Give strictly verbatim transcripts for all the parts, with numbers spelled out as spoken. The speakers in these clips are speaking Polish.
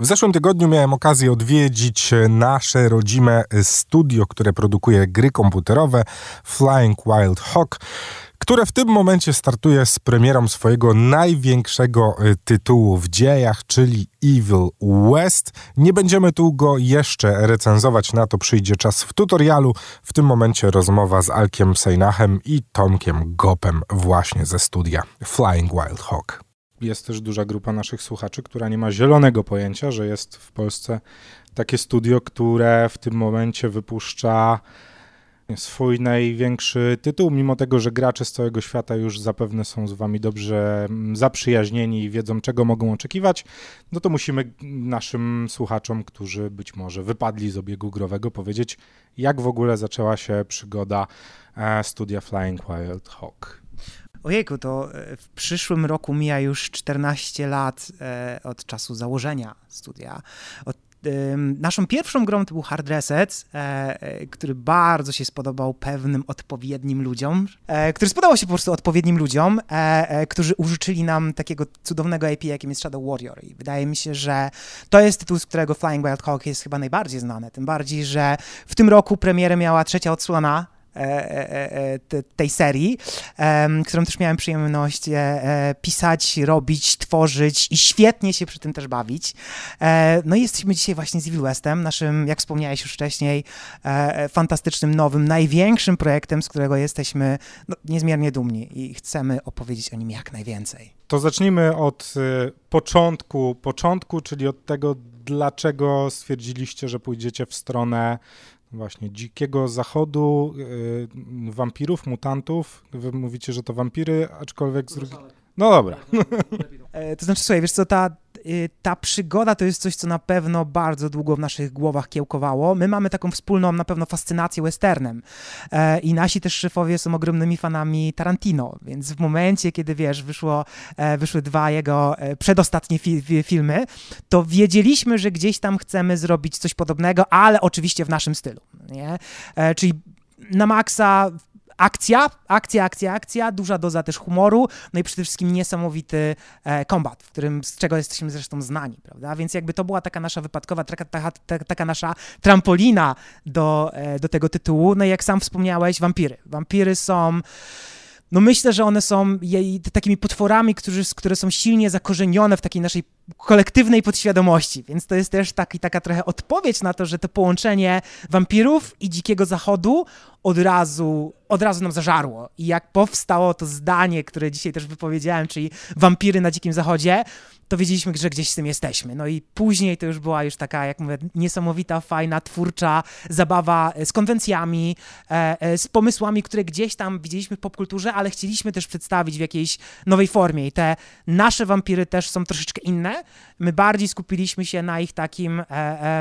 W zeszłym tygodniu miałem okazję odwiedzić nasze rodzime studio, które produkuje gry komputerowe, Flying Wild Hog, które w tym momencie startuje z premierą swojego największego tytułu w dziejach, czyli Evil West. Nie będziemy tu go jeszcze recenzować, na to przyjdzie czas w tutorialu. W tym momencie rozmowa z Alkiem Sejnachem i Tomkiem Gopem właśnie ze studia Flying Wild Hog. Jest też duża grupa naszych słuchaczy, która nie ma zielonego pojęcia, że jest w Polsce takie studio, które w tym momencie wypuszcza swój największy tytuł, mimo tego, że gracze z całego świata już zapewne są z wami dobrze zaprzyjaźnieni i wiedzą, czego mogą oczekiwać, no to musimy naszym słuchaczom, którzy być może wypadli z obiegu growego, powiedzieć, jak w ogóle zaczęła się przygoda studia Flying Wild Hog. Ojejku, to w przyszłym roku mija już czternaście lat od czasu założenia studia. Od Naszą pierwszą grą to był Hard Reset, e, który bardzo się spodobał pewnym odpowiednim ludziom, e, który spodobał się po prostu odpowiednim ludziom, e, e, którzy użyczyli nam takiego cudownego A P, jakim jest Shadow Warrior. I wydaje mi się, że to jest tytuł, z którego Flying Wild Hog jest chyba najbardziej znany, tym bardziej, że w tym roku premierę miała trzecia odsłona tej serii, którą też miałem przyjemność pisać, robić, tworzyć i świetnie się przy tym też bawić. No i jesteśmy dzisiaj właśnie z Evil Westem, naszym, jak wspomniałeś już wcześniej, fantastycznym, nowym, największym projektem, z którego jesteśmy no, niezmiernie dumni i chcemy opowiedzieć o nim jak najwięcej. To zacznijmy od początku, początku, czyli od tego, dlaczego stwierdziliście, że pójdziecie w stronę właśnie dzikiego zachodu, yy, wampirów, mutantów. Wy mówicie, że to wampiry, aczkolwiek z drugiej... No dobra. E, to znaczy, słuchaj, wiesz co, ta, y, ta przygoda to jest coś, co na pewno bardzo długo w naszych głowach kiełkowało. My mamy taką wspólną na pewno fascynację westernem e, i nasi też szefowie są ogromnymi fanami Tarantino, więc w momencie, kiedy wiesz, wyszło, e, wyszły dwa jego e, przedostatnie fi- filmy, to wiedzieliśmy, że gdzieś tam chcemy zrobić coś podobnego, ale oczywiście w naszym stylu, nie? E, czyli na maksa akcja, akcja, akcja, akcja, duża doza też humoru, no i przede wszystkim niesamowity e, kombat, w którym, z czego jesteśmy zresztą znani, prawda? Więc jakby to była taka nasza wypadkowa, taka, taka, taka nasza trampolina do, e, do tego tytułu. No i jak sam wspomniałeś, wampiry. Wampiry są... No myślę, że one są jej, takimi potworami, którzy, które są silnie zakorzenione w takiej naszej kolektywnej podświadomości, więc to jest też taki, taka trochę odpowiedź na to, że to połączenie wampirów i dzikiego zachodu od razu, od razu nam zażarło. I jak powstało to zdanie, które dzisiaj też wypowiedziałem, czyli wampiry na dzikim zachodzie, to wiedzieliśmy, że gdzieś z tym jesteśmy. No i później to już była już taka, jak mówię, niesamowita, fajna, twórcza zabawa z konwencjami, e, z pomysłami, które gdzieś tam widzieliśmy w popkulturze, ale chcieliśmy też przedstawić w jakiejś nowej formie. I te nasze wampiry też są troszeczkę inne. My bardziej skupiliśmy się na ich takim e,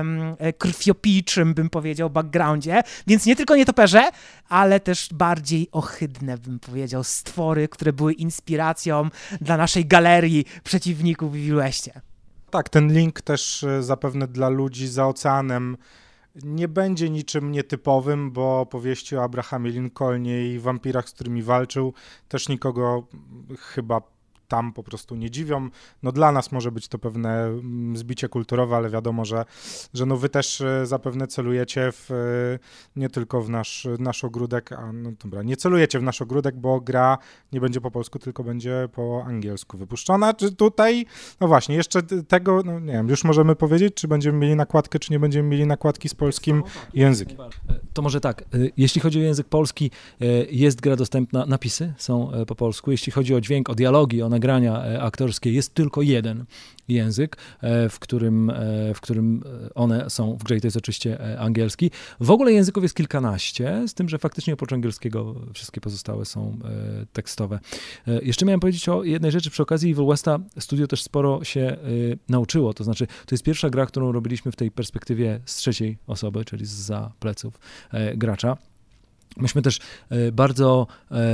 e, krwiopijczym, bym powiedział, backgroundzie, więc nie tylko nietoperze, ale też bardziej ohydne, bym powiedział, stwory, które były inspiracją dla naszej galerii przeciwników w Evil Westie. Tak, ten link też zapewne dla ludzi za oceanem nie będzie niczym nietypowym, bo opowieści o Abrahamie Lincolnie i wampirach, z którymi walczył, też nikogo chyba tam po prostu nie dziwią. No dla nas może być to pewne zbicie kulturowe, ale wiadomo, że, że no wy też zapewne celujecie w, nie tylko w nasz, nasz ogródek, a no dobra, nie celujecie w nasz ogródek, bo gra nie będzie po polsku, tylko będzie po angielsku wypuszczona. Czy tutaj, no właśnie, jeszcze tego, no nie wiem, już możemy powiedzieć, czy będziemy mieli nakładkę, czy nie będziemy mieli nakładki z polskim językiem. To może tak, jeśli chodzi o język polski, jest gra dostępna, napisy są po polsku, jeśli chodzi o dźwięk, o dialogi, o nagrania aktorskie, jest tylko jeden język, w którym, w którym one są w grze i to jest oczywiście angielski. W ogóle języków jest kilkanaście, z tym, że faktycznie oprócz angielskiego wszystkie pozostałe są tekstowe. Jeszcze miałem powiedzieć o jednej rzeczy przy okazji Evil Westa. Studio też sporo się nauczyło, to znaczy to jest pierwsza gra, którą robiliśmy w tej perspektywie z trzeciej osoby, czyli zza pleców gracza. Myśmy też bardzo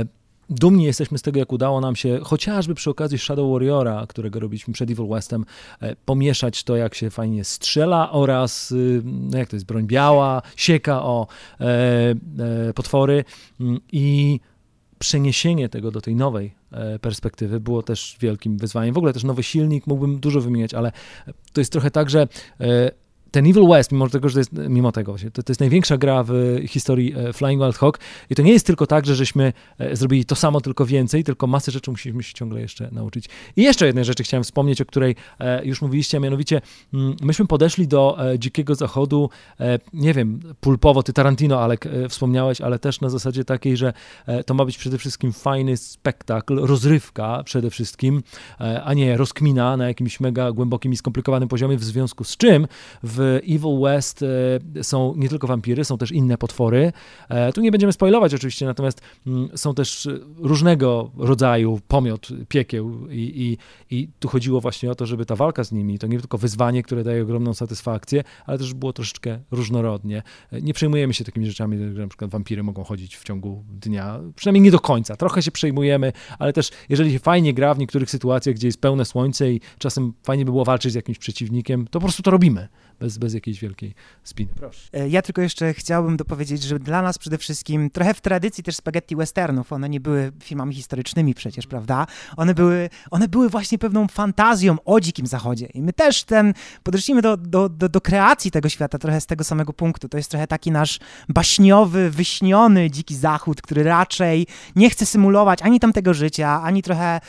dumni jesteśmy z tego, jak udało nam się, chociażby przy okazji Shadow Warriora, którego robiliśmy przed Evil Westem, pomieszać to, jak się fajnie strzela oraz, no jak to jest, broń biała, sieka o e, e, potwory i przeniesienie tego do tej nowej perspektywy było też wielkim wyzwaniem. W ogóle też nowy silnik, mógłbym dużo wymieniać, ale to jest trochę tak, że ten Evil West, mimo tego, że to jest, mimo tego, to, to jest największa gra w historii Flying Wild Hog i to nie jest tylko tak, że żeśmy zrobili to samo, tylko więcej, tylko masę rzeczy musimy się ciągle jeszcze nauczyć. I jeszcze jednej rzeczy chciałem wspomnieć, o której już mówiliście, a mianowicie myśmy podeszli do Dzikiego Zachodu, nie wiem, pulpowo, ty Tarantino, Alek, wspomniałeś, ale też na zasadzie takiej, że to ma być przede wszystkim fajny spektakl, rozrywka przede wszystkim, a nie rozkmina na jakimś mega głębokim i skomplikowanym poziomie, w związku z czym w Evil West są nie tylko wampiry, są też inne potwory. Tu nie będziemy spoilować oczywiście, natomiast są też różnego rodzaju pomiot piekieł i, i, i tu chodziło właśnie o to, żeby ta walka z nimi, to nie tylko wyzwanie, które daje ogromną satysfakcję, ale też było troszeczkę różnorodnie. Nie przejmujemy się takimi rzeczami, że na przykład wampiry mogą chodzić w ciągu dnia, przynajmniej nie do końca. Trochę się przejmujemy, ale też jeżeli się fajnie gra w niektórych sytuacjach, gdzie jest pełne słońce i czasem fajnie by było walczyć z jakimś przeciwnikiem, to po prostu to robimy. Bez, bez jakiejś wielkiej spiny. Proszę. Ja tylko jeszcze chciałbym dopowiedzieć, że dla nas przede wszystkim, trochę w tradycji też spaghetti westernów, one nie były filmami historycznymi przecież, prawda? One były, one były właśnie pewną fantazją o Dzikim Zachodzie. I my też ten, podeszliśmy do, do, do, do kreacji tego świata trochę z tego samego punktu. To jest trochę taki nasz baśniowy, wyśniony Dziki Zachód, który raczej nie chce symulować ani tamtego życia, ani trochę e,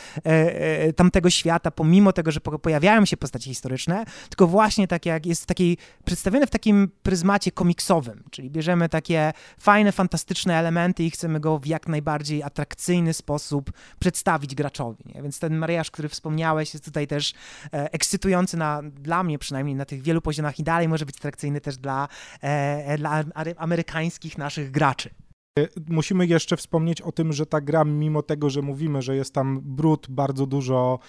e, tamtego świata, pomimo tego, że po, pojawiają się postacie historyczne, tylko właśnie tak jak jest taki przedstawione w takim pryzmacie komiksowym, czyli bierzemy takie fajne, fantastyczne elementy i chcemy go w jak najbardziej atrakcyjny sposób przedstawić graczowi. Nie? Więc ten mariaż, który wspomniałeś, jest tutaj też e, ekscytujący na, dla mnie przynajmniej na tych wielu poziomach i dalej może być atrakcyjny też dla, e, dla amerykańskich naszych graczy. Musimy jeszcze wspomnieć o tym, że ta gra, mimo tego, że mówimy, że jest tam brud, bardzo dużo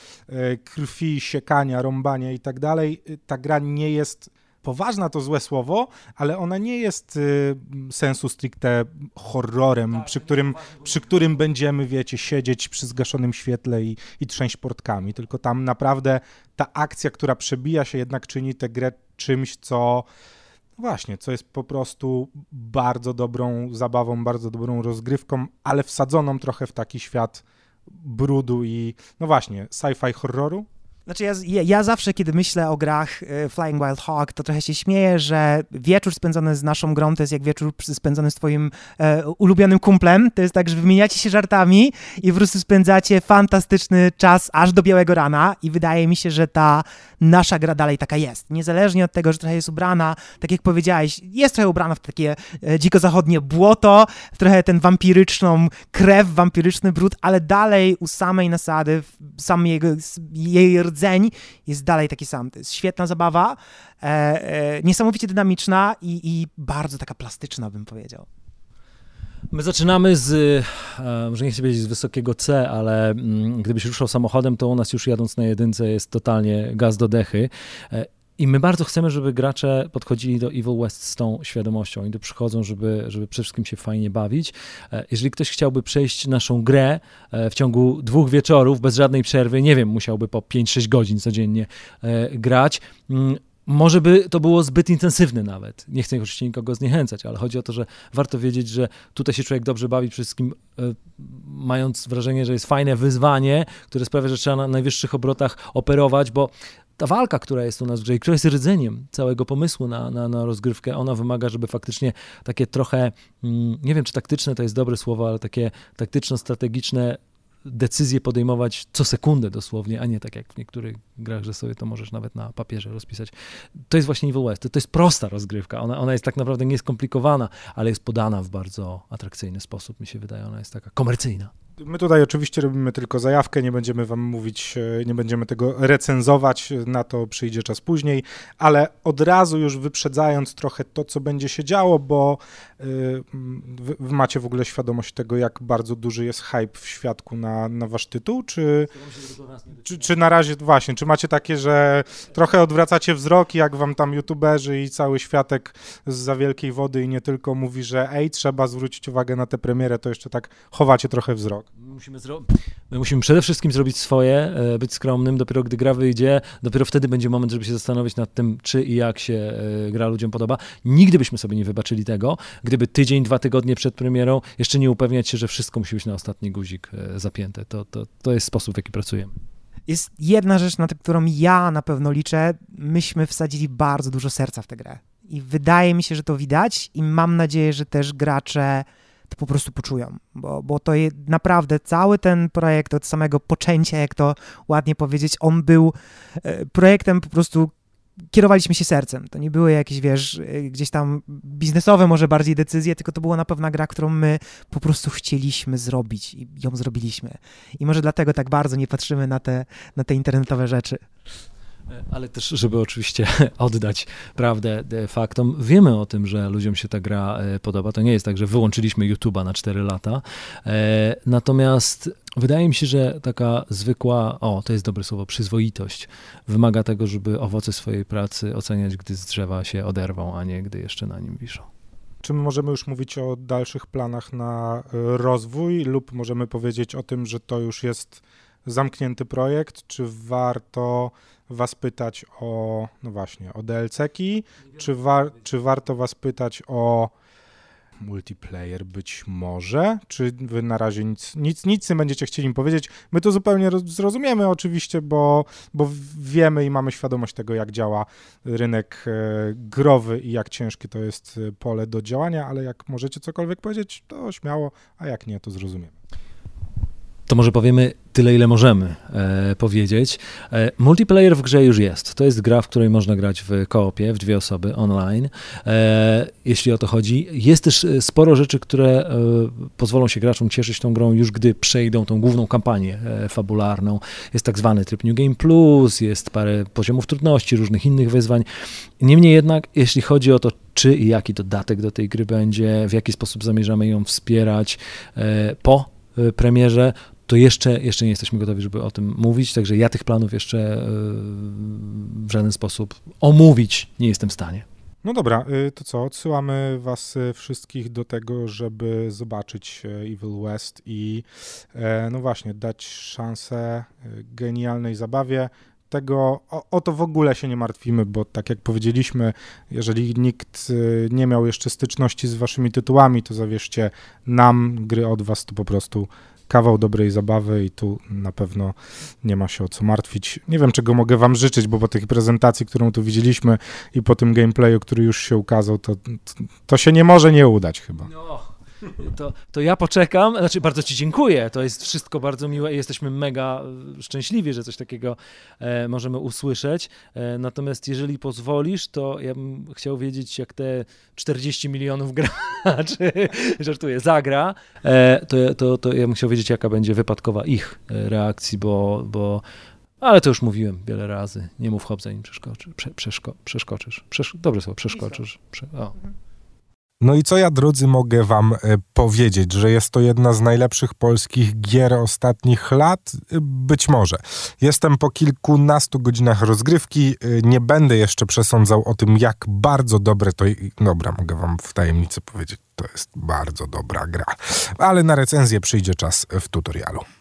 krwi, siekania, rąbania i tak dalej, ta gra nie jest poważna, to złe słowo, ale ona nie jest y, sensu stricte horrorem, tak, przy, którym, przy którym będziemy, wiecie, siedzieć przy zgaszonym świetle i, i trzęść portkami, tylko tam naprawdę ta akcja, która przebija się, jednak czyni tę grę czymś, co właśnie, co jest po prostu bardzo dobrą zabawą, bardzo dobrą rozgrywką, ale wsadzoną trochę w taki świat brudu i, no właśnie, sci-fi horroru. Znaczy ja, ja, ja zawsze, kiedy myślę o grach y, Flying Wild Hog, to trochę się śmieję, że wieczór spędzony z naszą grą to jest jak wieczór spędzony z twoim e, ulubionym kumplem. To jest tak, że wymieniacie się żartami i po prostu spędzacie fantastyczny czas aż do białego rana i wydaje mi się, że ta nasza gra dalej taka jest. Niezależnie od tego, że trochę jest ubrana, tak jak powiedziałeś, jest trochę ubrana w takie e, dziko-zachodnie błoto, w trochę ten wampiryczną krew, wampiryczny brud, ale dalej u samej nasady, sam jego, jej rdzeń jest dalej taki sam. To jest świetna zabawa, e, e, niesamowicie dynamiczna i, i bardzo taka plastyczna, bym powiedział. My zaczynamy z, e, może nie chcę powiedzieć z wysokiego C, ale mm, gdybyś ruszał samochodem, to u nas już jadąc na jedynce jest totalnie gaz do dechy. E, I my bardzo chcemy, żeby gracze podchodzili do Evil West z tą świadomością i tu przychodzą, żeby, żeby przede wszystkim się fajnie bawić. Jeżeli ktoś chciałby przejść naszą grę w ciągu dwóch wieczorów, bez żadnej przerwy, nie wiem, musiałby po pięć sześć godzin codziennie grać, może by to było zbyt intensywne nawet. Nie chcę oczywiście nikogo zniechęcać, ale chodzi o to, że warto wiedzieć, że tutaj się człowiek dobrze bawi, przede wszystkim mając wrażenie, że jest fajne wyzwanie, które sprawia, że trzeba na najwyższych obrotach operować, bo ta walka, która jest u nas w grze i która jest rdzeniem całego pomysłu na, na, na rozgrywkę, ona wymaga, żeby faktycznie takie trochę, nie wiem czy taktyczne to jest dobre słowo, ale takie taktyczno-strategiczne decyzje podejmować co sekundę dosłownie, a nie tak jak w niektórych grach, że sobie to możesz nawet na papierze rozpisać. To jest właśnie Evil West. To, to jest prosta rozgrywka. Ona, ona jest tak naprawdę nieskomplikowana, ale jest podana w bardzo atrakcyjny sposób, mi się wydaje. Ona jest taka komercyjna. My tutaj oczywiście robimy tylko zajawkę, nie będziemy wam mówić, nie będziemy tego recenzować, na to przyjdzie czas później, ale od razu już wyprzedzając trochę to, co będzie się działo, bo wy, wy macie w ogóle świadomość tego, jak bardzo duży jest hype w świadku na, na wasz tytuł, czy, czy, czy na razie właśnie, czy macie takie, że trochę odwracacie wzrok, jak wam tam youtuberzy i cały światek zza wielkiej wody i nie tylko mówi, że ej, trzeba zwrócić uwagę na tę premierę, to jeszcze tak chowacie trochę wzrok? Musimy, zro- My musimy przede wszystkim zrobić swoje, być skromnym. Dopiero gdy gra wyjdzie, dopiero wtedy będzie moment, żeby się zastanowić nad tym, czy i jak się gra ludziom podoba. Nigdy byśmy sobie nie wybaczyli tego, gdyby tydzień, dwa tygodnie przed premierą jeszcze nie upewniać się, że wszystko musi być na ostatni guzik zapięte. To, to, to jest sposób, w jaki pracujemy. Jest jedna rzecz, na którą ja na pewno liczę. Myśmy wsadzili bardzo dużo serca w tę grę. I wydaje mi się, że to widać i mam nadzieję, że też gracze to po prostu poczują, bo, bo to jest naprawdę cały ten projekt od samego poczęcia, jak to ładnie powiedzieć, on był projektem po prostu, kierowaliśmy się sercem. To nie były jakieś, wiesz, gdzieś tam biznesowe może bardziej decyzje, tylko to była na pewno gra, którą my po prostu chcieliśmy zrobić i ją zrobiliśmy. I może dlatego tak bardzo nie patrzymy na te, na te internetowe rzeczy. Ale też, żeby oczywiście oddać prawdę faktom, wiemy o tym, że ludziom się ta gra podoba. To nie jest tak, że wyłączyliśmy YouTube'a na cztery lata. Natomiast wydaje mi się, że taka zwykła, o, to jest dobre słowo, przyzwoitość wymaga tego, żeby owoce swojej pracy oceniać, gdy z drzewa się oderwą, a nie gdy jeszcze na nim wiszą. Czy my możemy już mówić o dalszych planach na rozwój lub możemy powiedzieć o tym, że to już jest zamknięty projekt? Czy warto was pytać o, no właśnie, o D L C-ki? Czy, war, czy warto was pytać o multiplayer być może? Czy wy na razie nic, nic, nic nie będziecie chcieli im powiedzieć? My to zupełnie zrozumiemy oczywiście, bo, bo wiemy i mamy świadomość tego, jak działa rynek growy i jak ciężkie to jest pole do działania, ale jak możecie cokolwiek powiedzieć, to śmiało, a jak nie, to zrozumiemy. To może powiemy tyle, ile możemy e, powiedzieć. E, multiplayer w grze już jest. To jest gra, w której można grać w koopie, w dwie osoby, online, e, jeśli o to chodzi. Jest też sporo rzeczy, które e, pozwolą się graczom cieszyć tą grą już gdy przejdą tą główną kampanię e, fabularną. Jest tak zwany tryb New Game Plus, jest parę poziomów trudności, różnych innych wyzwań. Niemniej jednak, jeśli chodzi o to, czy i jaki dodatek do tej gry będzie, w jaki sposób zamierzamy ją wspierać e, po e, premierze, to jeszcze, jeszcze nie jesteśmy gotowi, żeby o tym mówić, także ja tych planów jeszcze w żaden sposób omówić nie jestem w stanie. No dobra, to co, odsyłamy was wszystkich do tego, żeby zobaczyć Evil West i no właśnie, dać szansę genialnej zabawie. Tego, o, o to w ogóle się nie martwimy, bo tak jak powiedzieliśmy, jeżeli nikt nie miał jeszcze styczności z waszymi tytułami, to zawierzcie nam, gry od was to po prostu kawał dobrej zabawy i tu na pewno nie ma się o co martwić. Nie wiem, czego mogę wam życzyć, bo po tej prezentacji, którą tu widzieliśmy i po tym gameplayu, który już się ukazał, to, to się nie może nie udać chyba. No, to, to ja poczekam, znaczy bardzo ci dziękuję, to jest wszystko bardzo miłe i jesteśmy mega szczęśliwi, że coś takiego e, możemy usłyszeć, e, natomiast jeżeli pozwolisz, to ja bym chciał wiedzieć, jak te czterdzieści milionów graczy, żartuję, zagra, e, to, to, to ja bym chciał wiedzieć, jaka będzie wypadkowa ich reakcji, bo, bo ale to już mówiłem wiele razy, nie mów hop, zanim przeskoczy, prze, przeszko, przeszkoczysz, Przesz, dobrze słowo, przeszkoczysz, prze, o. No i co ja, drodzy, mogę wam powiedzieć, że jest to jedna z najlepszych polskich gier ostatnich lat? Być może. Jestem po kilkunastu godzinach rozgrywki, nie będę jeszcze przesądzał o tym, jak bardzo dobre to... Dobra, mogę wam w tajemnicy powiedzieć, to jest bardzo dobra gra. Ale na recenzję przyjdzie czas w tutorialu.